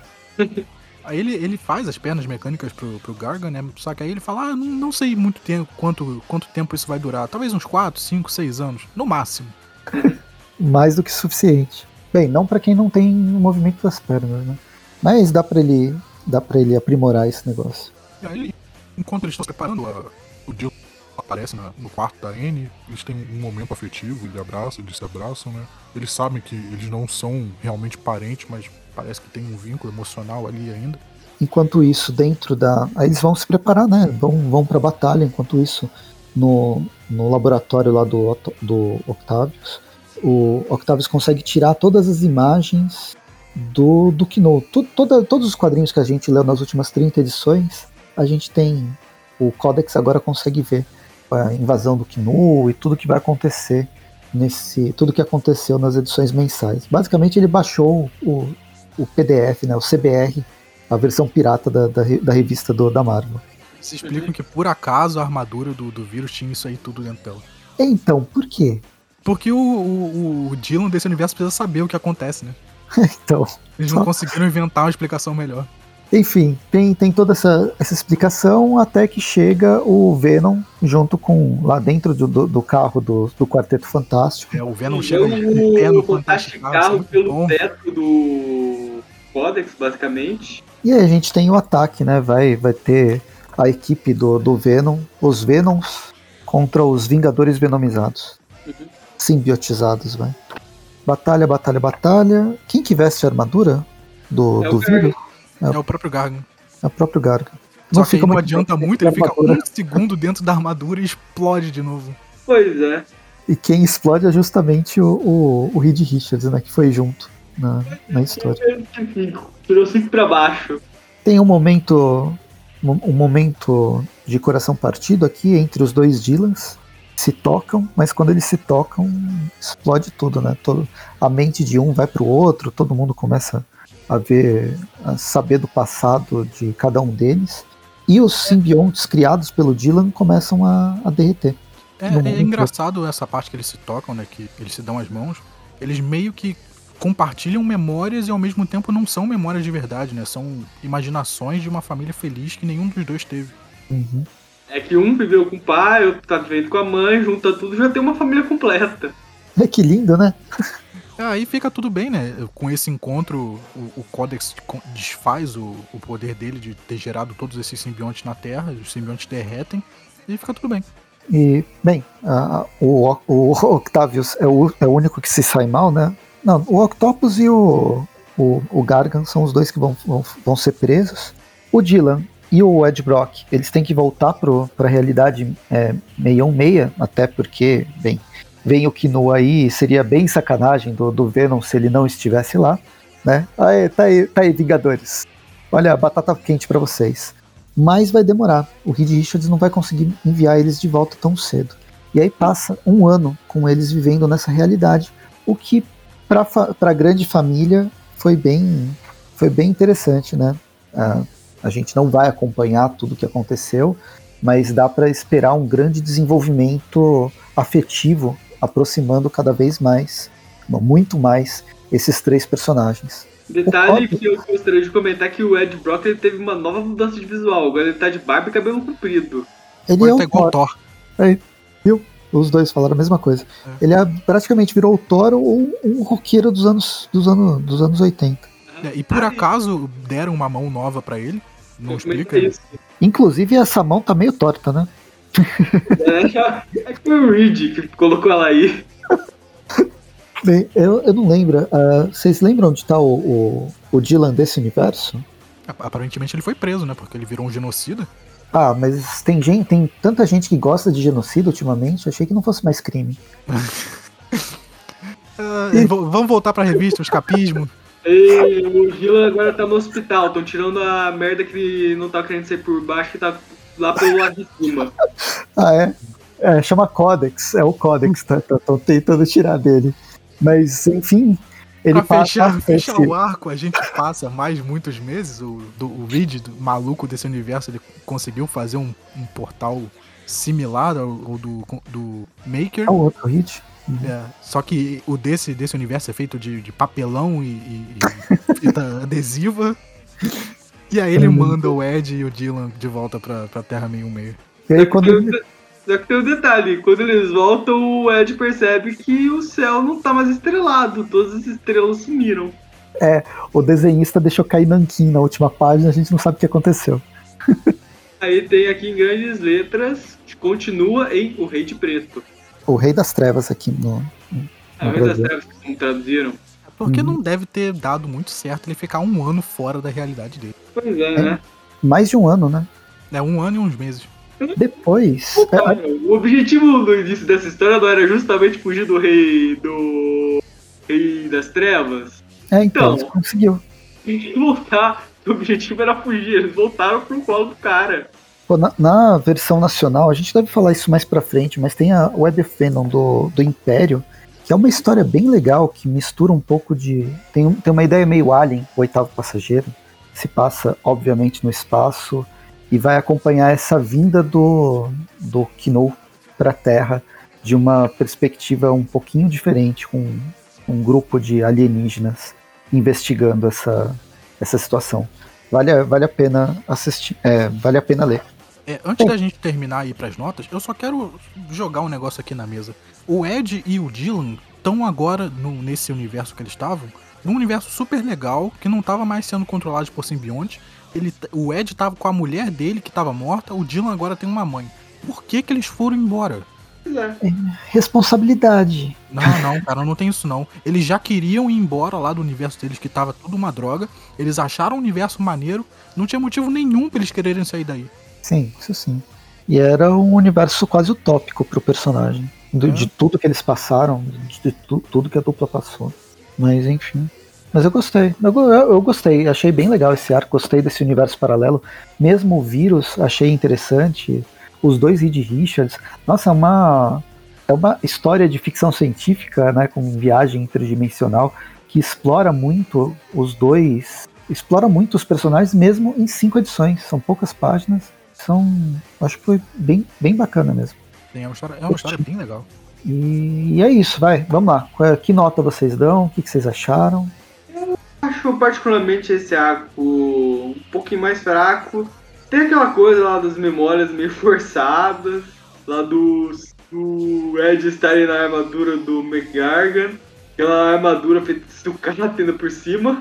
Aí ele, ele faz as pernas mecânicas pro, pro Gargan, né? Só que aí ele fala, ah, não, não sei muito tempo, quanto, quanto tempo isso vai durar. Talvez uns quatro, cinco, seis anos, no máximo. Mais do que suficiente. Bem, não pra quem não tem o movimento das pernas, né? Mas dá pra ele, dá pra ele aprimorar esse negócio. E aí, enquanto eles estão se preparando, a, o Dylan aparece na, no quarto da Anne, eles têm um momento afetivo, eles abraçam, eles se abraçam, né? Eles sabem que eles não são realmente parentes, mas parece que tem um vínculo emocional ali ainda. Enquanto isso, dentro da... Aí eles vão se preparar, né? Vão, vão pra batalha. Enquanto isso, no, no laboratório lá do, do Octavius, o Octavius consegue tirar todas as imagens do, do Kino. Toda, todos os quadrinhos que a gente leu nas últimas trinta edições, a gente tem... O Codex agora consegue ver a invasão do Kino e tudo que vai acontecer nesse... Tudo que aconteceu nas edições mensais. Basicamente, ele baixou o, o P D F, né? O C B R, a versão pirata da, da, da revista do, da Marvel. Se explicam que, por acaso, a armadura do, do vírus tinha isso aí tudo dentro dela. Então, por quê? Porque o, o, o Dylan desse universo precisa saber o que acontece, né? Então, eles não conseguiram inventar uma explicação melhor. Enfim, tem, tem toda essa, essa explicação até que chega o Venom junto com, lá dentro do, do, do carro do, do Quarteto Fantástico. É, o Venom E chega o, pé no o Fantástico carro pelo bom. teto do Codex, basicamente. E aí a gente tem o ataque, né? Vai, vai ter a equipe do, do Venom, os Venoms contra os Vingadores Venomizados. Uhum. Simbiotizados, vai. Batalha, batalha, batalha. Quem que veste a armadura do, é do vírus? É, é o próprio Gargan. É o próprio Gargan. Não, fica não adianta muito, ele fica um segundo dentro da armadura e explode de novo. Pois é. E quem explode é justamente o, o, o Reed Richards, né? Que foi junto na, na história. Tirou cinco pra baixo. Tem um momento, um momento de coração partido aqui entre os dois Dylans. Se tocam, mas quando eles se tocam, explode tudo, né? Todo, a mente de um vai pro outro, todo mundo começa a ver, a saber do passado de cada um deles. E os simbiontes criados pelo Dylan começam a, a derreter. É, é engraçado essa parte que eles se tocam, né? Que eles se dão as mãos. Eles meio que compartilham memórias e ao mesmo tempo não são memórias de verdade, né? São imaginações de uma família feliz que nenhum dos dois teve. Uhum. É que um viveu com o pai, outro tá vivendo com a mãe, junta tudo e já tem uma família completa. É que lindo, né? Aí fica tudo bem, né? Com esse encontro, o, o Codex desfaz o, o poder dele de ter gerado todos esses simbiontes na Terra, os simbiontes derretem e fica tudo bem. E, bem, a, o, o Octavius é o, é o único que se sai mal, né? Não, o Octopus e o, o, o Gargan são os dois que vão, vão, vão ser presos. O Dylan e o Ed Brock, eles têm que voltar para a realidade é, seiscentos e dezesseis, até porque, bem, vem o Kino aí, seria bem sacanagem do, do Venom se ele não estivesse lá, né? Aí, tá aí, tá aí, Vingadores. Olha, batata quente para vocês. Mas vai demorar. O Reed Richards não vai conseguir enviar eles de volta tão cedo. E aí passa um ano com eles vivendo nessa realidade, o que para a grande família foi bem, foi bem interessante, né? Ah, a gente não vai acompanhar tudo o que aconteceu, mas dá para esperar um grande desenvolvimento afetivo, aproximando cada vez mais, muito mais, esses três personagens. Detalhe que eu gostaria de comentar que o Ed Brock ele teve uma nova mudança de visual. Agora ele tá de barba e cabelo comprido. Ele Agora é tá igual o Thor. É, viu? Os dois falaram a mesma coisa. É. Ele é, praticamente virou o Thor ou um roqueiro dos anos, dos anos, dos anos oitenta. É, e por acaso deram uma mão nova pra ele? Não explica isso. Inclusive essa mão tá meio torta, né? É, é que foi o Reed que colocou ela aí. Bem, eu, eu não lembro. Uh, vocês lembram onde tá o, o, o Dylan desse universo? Aparentemente ele foi preso, né? Porque ele virou um genocida. Ah, mas tem gente, tem tanta gente que gosta de genocídio ultimamente, achei que não fosse mais crime. uh, e... Vamos voltar pra revista, o escapismo. E o Dylan agora tá no hospital, estão tirando a merda que ele não tá querendo sair por baixo, que tá lá pelo lado de cima. Ah, é? É, chama Codex, é o Codex, tá? Estão tentando tirar dele. Mas, enfim, ele pra fechar, passa... fechar esse... o arco, a gente passa mais muitos meses, o, do, o Reed, do maluco desse universo, ele conseguiu fazer um, um portal similar ao, ao do, do Maker. É o outro Reed. Uhum. É, só que o desse, desse universo é feito de, de papelão e, e, e fita adesiva. E aí ele uhum. manda o Ed e o Dylan de volta pra, pra Terra meio meio. E aí, quando ele... Só que tem um detalhe, quando eles voltam, o Ed percebe que o céu não tá mais estrelado, todas as estrelas sumiram. É, o desenhista deixou cair nanquim na última página, a gente não sabe o que aconteceu. Aí tem aqui em grandes letras, continua em O Rei de Preto. O Rei das Trevas aqui no... no é, o Rei das Trevas, como traduziram. Porque uhum. não deve ter dado muito certo ele ficar um ano fora da realidade dele. Pois é, é né? Mais de um ano, né? É, um ano e uns meses. Depois... Pô, cara, é... O objetivo no início dessa história não era justamente fugir do rei do Rei das Trevas? É, então, então conseguiu. Tem que voltar. O objetivo era fugir, eles voltaram pro colo do cara. Pô, na, na versão nacional, a gente deve falar isso mais pra frente, mas tem a Web Fandom do, do Império, que é uma história bem legal, que mistura um pouco de... Tem, tem uma ideia meio Alien, o Oitavo Passageiro, se passa, obviamente, no espaço, e vai acompanhar essa vinda do, do Kino para a Terra de uma perspectiva um pouquinho diferente, com um grupo de alienígenas investigando essa, essa situação. Vale, vale a pena assistir, é, vale a pena ler. É, antes é. da gente terminar aí pras notas, eu só quero jogar um negócio aqui na mesa. O Ed e o Dylan estão agora, no, nesse universo que eles estavam, num universo super legal, que não estava mais sendo controlado por simbionte. Ele, o Ed tava com a mulher dele que tava morta, o Dylan agora tem uma mãe. Por que que eles foram embora? É, responsabilidade. Não, não, cara, não tem isso não. Eles já queriam ir embora lá do universo deles, que tava tudo uma droga. Eles acharam o universo maneiro, não tinha motivo nenhum pra eles quererem sair daí. Sim, isso sim. E era um universo quase utópico pro personagem. Do, é. De tudo que eles passaram, de tu, tudo que a dupla passou. Mas enfim... Mas eu gostei, eu, eu gostei, achei bem legal esse arco, gostei desse universo paralelo. Mesmo o vírus, achei interessante. Os dois Reed Richards, nossa, é uma, é uma história de ficção científica, né, com viagem interdimensional, que explora muito os dois, explora muito os personagens, mesmo em cinco edições, são poucas páginas, são, acho que foi bem, bem bacana mesmo. Sim, é uma história, é uma história bem legal. E, e é isso, vai, vamos lá, que nota vocês dão, o que, que vocês acharam? Acho particularmente esse arco um pouquinho mais fraco. Tem aquela coisa lá das memórias meio forçadas, lá do, do Ed estarem na armadura do McGargan, aquela armadura feita de sucata por cima.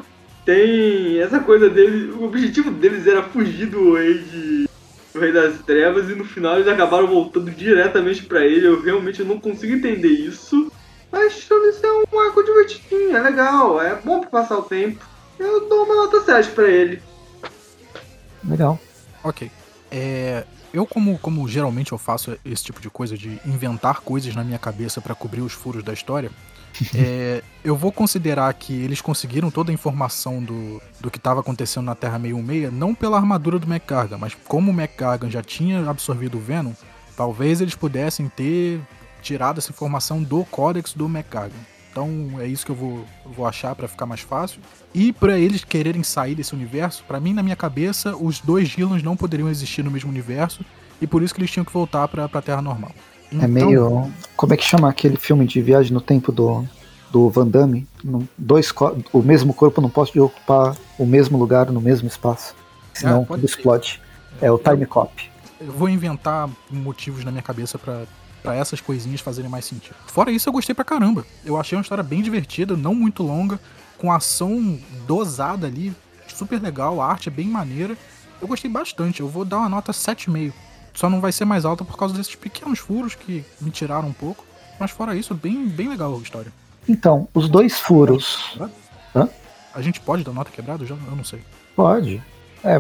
Tem essa coisa dele, o objetivo deles era fugir do rei, de, do rei das Trevas, e no final eles acabaram voltando diretamente pra ele. Eu realmente não consigo entender isso. Mas isso é um arco divertidinho, é legal, é bom pra passar o tempo. Eu dou uma nota sete pra ele. Legal. Ok. É, eu, como, como geralmente eu faço esse tipo de coisa, de inventar coisas na minha cabeça pra cobrir os furos da história, é, eu vou considerar que eles conseguiram toda a informação do, do que estava acontecendo na Terra sessenta e seis, não pela armadura do McGargan, mas como o McGargan já tinha absorvido o Venom, talvez eles pudessem ter tirado essa informação do Codex do McGargan. Então é isso que eu vou, vou achar pra ficar mais fácil. E pra eles quererem sair desse universo, pra mim, na minha cabeça, os dois Dylans não poderiam existir no mesmo universo. e por isso que eles tinham que voltar pra, pra Terra normal. Então, é meio... Como é que chama aquele filme de viagem no tempo do, do Van Damme? No, dois, o mesmo corpo não pode ocupar o mesmo lugar no mesmo espaço, senão é, tudo explode. É o Time Cop. Eu vou inventar motivos na minha cabeça pra, pra essas coisinhas fazerem mais sentido. Fora isso, eu gostei pra caramba. Eu achei uma história bem divertida, não muito longa, com ação dosada ali, super legal, a arte é bem maneira. Eu gostei bastante, eu vou dar uma nota sete vírgula cinco. Só não vai ser mais alta por causa desses pequenos furos que me tiraram um pouco. Mas fora isso, bem, bem legal a história. Então, os dois furos... Hã? A gente pode dar nota quebrada já? Eu não sei. Pode. É...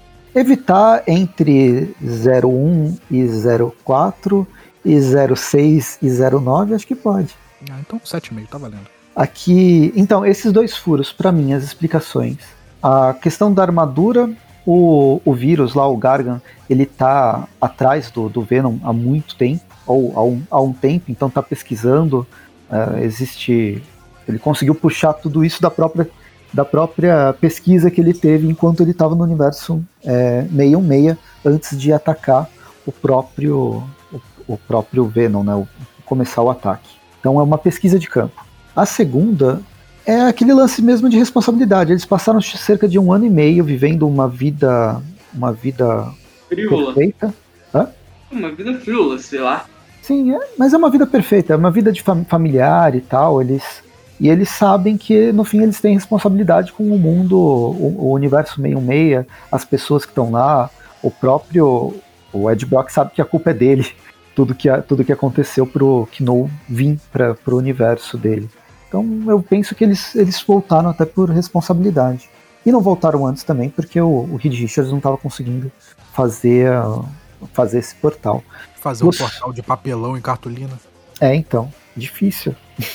Evitar entre zero vírgula um e zero vírgula quatro e zero vírgula seis e zero vírgula nove, acho que pode. Ah, então sete vírgula cinco, tá valendo. Aqui, então, esses dois furos, para mim, as explicações. A questão da armadura, o, o vírus lá, o Gargan, ele tá atrás do, do Venom há muito tempo, ou há um, há um tempo, então tá pesquisando, uh, existe... Ele conseguiu puxar tudo isso da própria... da própria pesquisa que ele teve enquanto ele estava no universo é, seiscentos e dezesseis, antes de atacar o próprio, o, o próprio Venom, né, o, começar o ataque. Então é uma pesquisa de campo. A segunda é aquele lance mesmo de responsabilidade. Eles passaram cerca de um ano e meio vivendo uma vida, uma vida Frívola. perfeita. Hã? Uma vida frívola, sei lá. Sim, é, mas é uma vida perfeita, é uma vida de fam- familiar e tal. Eles... E eles sabem que, no fim, eles têm responsabilidade com o mundo, o, o universo seiscentos e dezesseis, as pessoas que estão lá, o próprio o Ed Brock sabe que a culpa é dele, tudo que, tudo que aconteceu pro Kno vir para o universo dele. Então eu penso que eles, eles voltaram até por responsabilidade. E não voltaram antes também, porque o, o Reed Richards não estava conseguindo fazer, fazer esse portal. Fazer um portal de papelão e cartolina. É, então, difícil.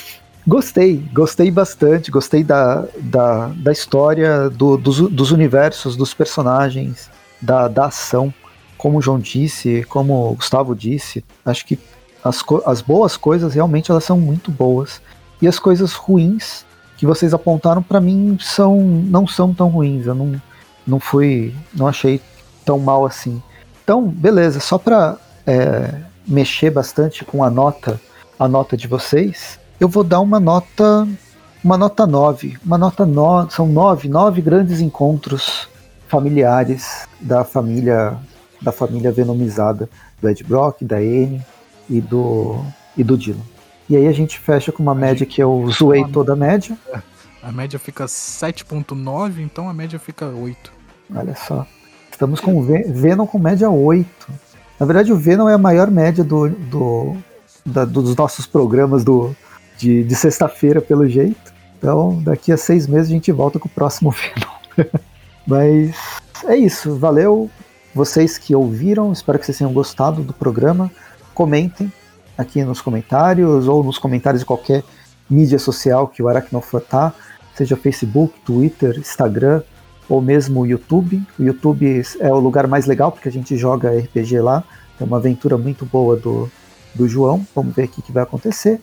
Gostei, gostei bastante, gostei da, da, da história, do, dos, dos universos, dos personagens, da, da ação. Como o João disse, como o Gustavo disse, acho que as, as boas coisas realmente elas são muito boas. E as coisas ruins que vocês apontaram para mim são, não são tão ruins, eu não, não fui, não achei tão mal assim. Então, beleza, só para é, mexer bastante com a nota, a nota de vocês, eu vou dar uma nota, uma nota nove. Uma nota nove, são nove, nove grandes encontros familiares da família, da família venomizada, do Ed Brock, da Anne e do, e do Dylan. E aí a gente fecha com uma a média que eu zoei toda a média. A média fica sete vírgula nove, então a média fica oito. Olha só. Estamos com o Venom com média oito. Na verdade, o Venom é a maior média do, do, da, dos nossos programas do... de, de sexta-feira, pelo jeito. Então, daqui a seis meses a gente volta com o próximo Venom. Mas é isso, valeu vocês que ouviram, espero que vocês tenham gostado do programa. Comentem aqui nos comentários, ou nos comentários de qualquer mídia social que o Aracnofan tá, seja Facebook, Twitter, Instagram, ou mesmo o YouTube. O YouTube é o lugar mais legal, porque a gente joga R P G lá, é uma aventura muito boa do, do João, vamos ver o que vai acontecer.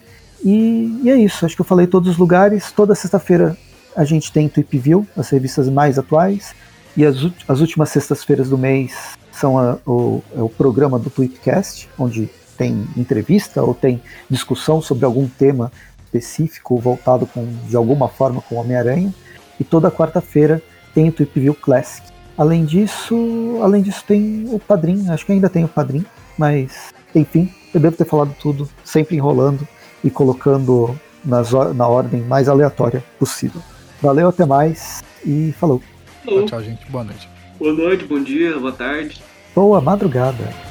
E, e é isso, acho que eu falei todos os lugares. Toda sexta-feira a gente tem Tweep View, as revistas mais atuais, e as, as últimas sextas-feiras do mês são a, o, é o programa do Tweepcast, onde tem entrevista ou tem discussão sobre algum tema específico voltado com, de alguma forma com o Homem-Aranha, e toda quarta-feira tem o Tweep View Classic. Além disso, além disso tem o Padrim, acho que ainda tem o Padrim, mas enfim, eu devo ter falado tudo, sempre enrolando e colocando nas, na ordem mais aleatória possível. Valeu, até mais e falou. Tchau, tchau, gente. Boa noite. Boa noite, bom dia, boa tarde. Boa madrugada.